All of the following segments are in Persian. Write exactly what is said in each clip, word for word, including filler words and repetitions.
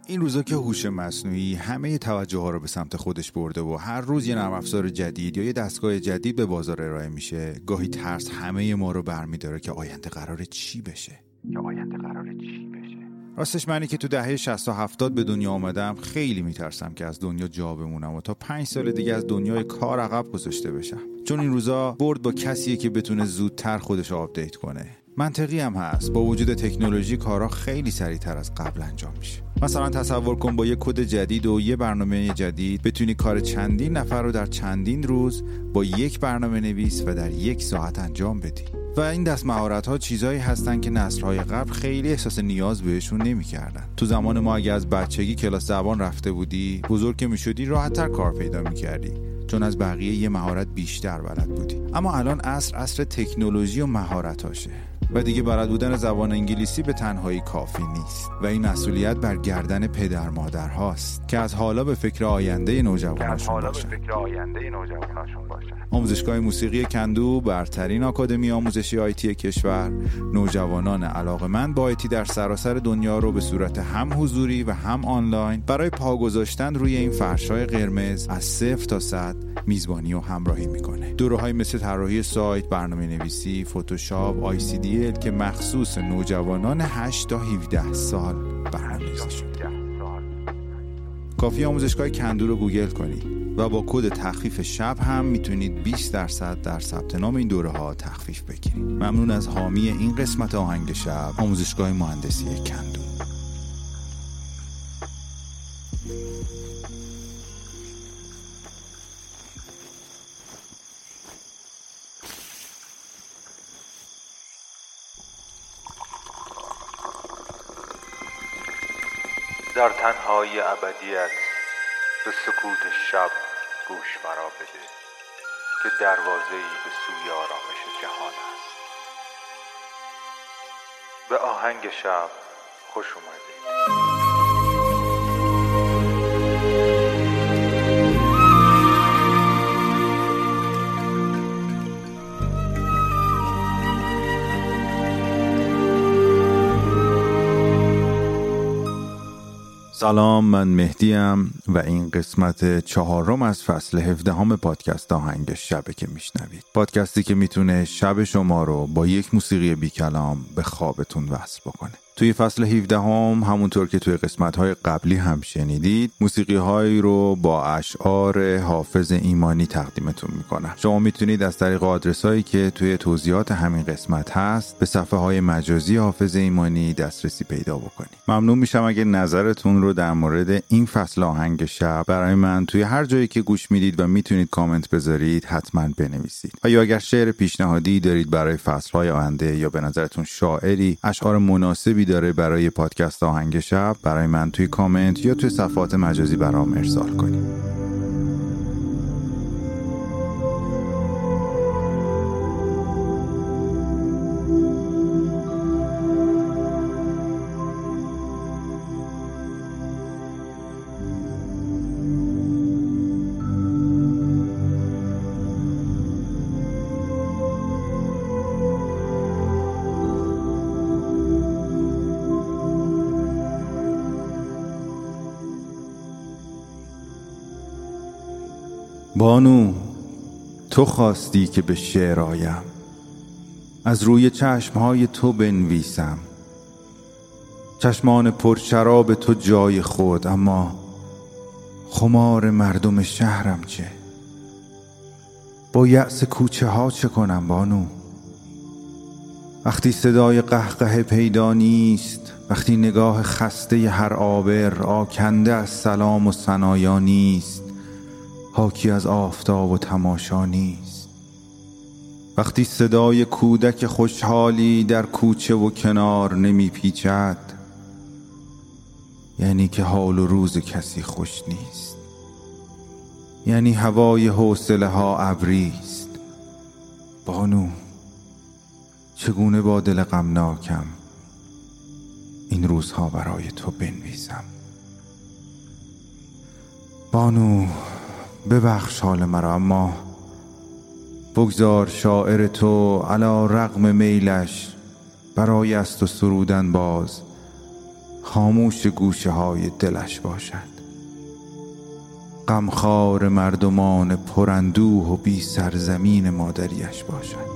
این روزا که هوش مصنوعی همه توجه ها رو به سمت خودش برده و هر روز یه نرم افزار جدید یا یه دستگاه جدید به بازار ارائه میشه، گاهی ترس همه ما رو برمی‌داره که آینده قراره چی بشه؟ یا آینده قراره چی بشه؟ راستش منی که تو دهه شصت و هفتاد به دنیا آمدم خیلی میترسم که از دنیا جا بمونم و تا پنج سال دیگه از دنیای کار عقب گذاشته بشم. چون این روزا برد با کسیه که بتونه زودتر خودش آپدیت کنه. منطقی هم هست، با وجود تکنولوژی کارها خیلی سریعتر از قبل انجام میشه. مثلا تصور کن با یه کد جدید و یه برنامه جدید بتونی کار چندین نفر رو در چندین روز با یک برنامه نویس و در یک ساعت انجام بدی. و این دست مهارت‌ها چیزایی هستن که نسل‌های قبل خیلی احساس نیاز بهشون نمی‌کردن. تو زمان ما اگه از بچگی کلاس زبان رفته بودی، بزرگ که می‌شدی راحت‌تر کار پیدا می‌کردی، چون از بقیه یه مهارت بیشتر بلد بودی. اما الان عصر عصر تکنولوژی و مهارتاشه و دیگه بلد بودن زبان انگلیسی به تنهایی کافی نیست و این مسئولیت بر گردن پدر مادر هاست که از حالا به فکر آینده نوجواناشون باشن. آموزشگاه موسیقی کندو، برترین آکادمی آموزشی آیتی کشور، نوجوانان علاقه‌مند با آیتی در سراسر دنیا رو به صورت هم حضوری و هم آنلاین برای پا گذاشتن روی این فرش‌های قرمز از صفر تا صد میزبانی و همراهی میکنه. دوره‌های مثل طراحی سایت، برنامه‌نویسی، فتوشاپ، آی سی دی ال که مخصوص نوجوانان هشت تا هفده سال برنامه‌ریزی شده. کافی آموزشگاه کندو رو گوگل کنید و با کد تخفیف شب هم میتونید بیست درصد در ثبت نام این دوره‌ها تخفیف بگیرید. ممنون از حامی این قسمت آهنگ شب، آموزشگاه مهندسی کندو. در تنهایی ابدیت به سکوت شب گوش مرا بده که دروازه‌ای به سوی آرامش جهان است. به آهنگ شب خوش اومدید. سلام، من مهدیم و این قسمت چهارم از فصل هفدهم پادکست آهنگ شبه که میشنوید. پادکستی که میتونه شب شما رو با یک موسیقی بی کلام به خوابتون وصل بکنه. توی فصل هفدهم همونطور که توی قسمت‌های قبلی هم شنیدید، موسیقی‌هایی رو با اشعار حافظ ایمانی تقدیمتون میکنم. شما میتونید از طریق آدرس‌هایی که توی توضیحات همین قسمت هست به صفحه‌های مجازی حافظ ایمانی دسترسی پیدا بکنید. ممنون میشم اگه نظرتون رو در مورد این فصل آهنگ شب برای من توی هر جایی که گوش میدید و میتونید کامنت بذارید حتما بنویسید. و یا اگر شعر پیشنهادی دارید برای فصل‌های آینده یا به نظرتون شاعری اشعار مناسبی داره برای پادکست آهنگ شب، برای من توی کامنت یا توی صفحات مجازی برام ارسال کنید. بانو، تو خواستی که به شعر آیم، از روی چشمهای تو بنویسم. چشمان پرشراب تو جای خود، اما خمار مردم شهرم چه؟ با یأس کوچه ها چه کنم بانو؟ وقتی صدای قهقه پیدا نیست، وقتی نگاه خسته هر عابر آکنده از سلام و ثنایا نیست، حاکی از آفتاب و تماشا نیست، وقتی صدای کودک خوشحالی در کوچه و کنار نمی پیچد، یعنی که حال و روز کسی خوش نیست، یعنی هوای حوصله ها ابریست. بانو، چگونه با دل غمناکم این روزها برای تو بنویسم. بانو، ببخش حال مرا، اما بگذار شاعر تو علی رغم میلش برای از تو سرودن باز خاموش گوشه های دلش باشد. غمخوار مردمان پراندوه و بی سرزمین مادریش باشد.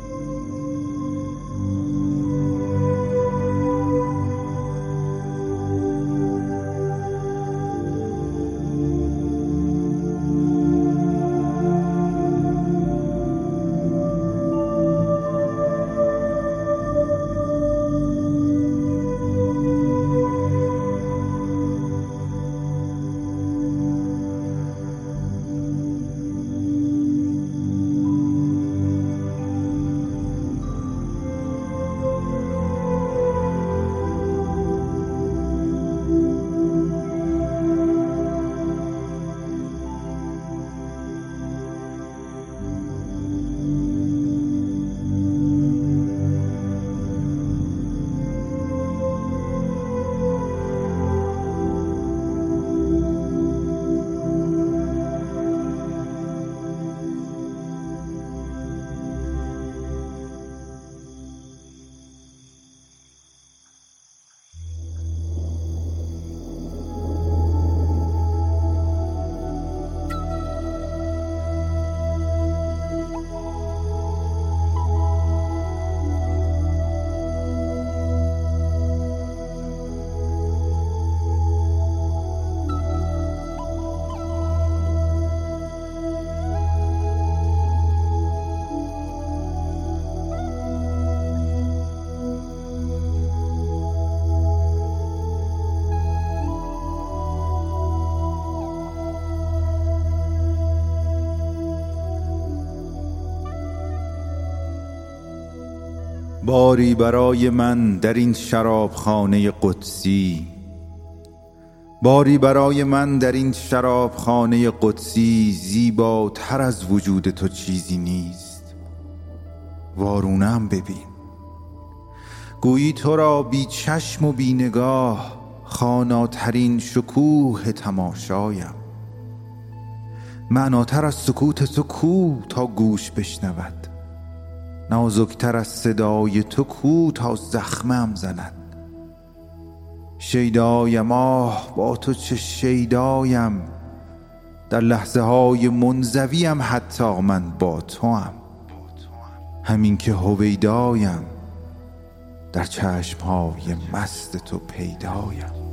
باری برای من در این شرابخانه قدسی، باری برای من در این شرابخانه قدسی، زیباتر از وجود تو چیزی نیست. وارونم ببین، گویی تو را بی چشم و بی نگاه خواناترین شکوه تماشایم. معناتر از سکوت تو کو تا گوش بشنود، نازکتر از صدای تو کو تا زخمم زند. شیدایم، آه با تو چه شیدایم، در لحظه های منزویم حتی من با تو هم. همین که هویدایم، در چشم های مست تو پیدایم.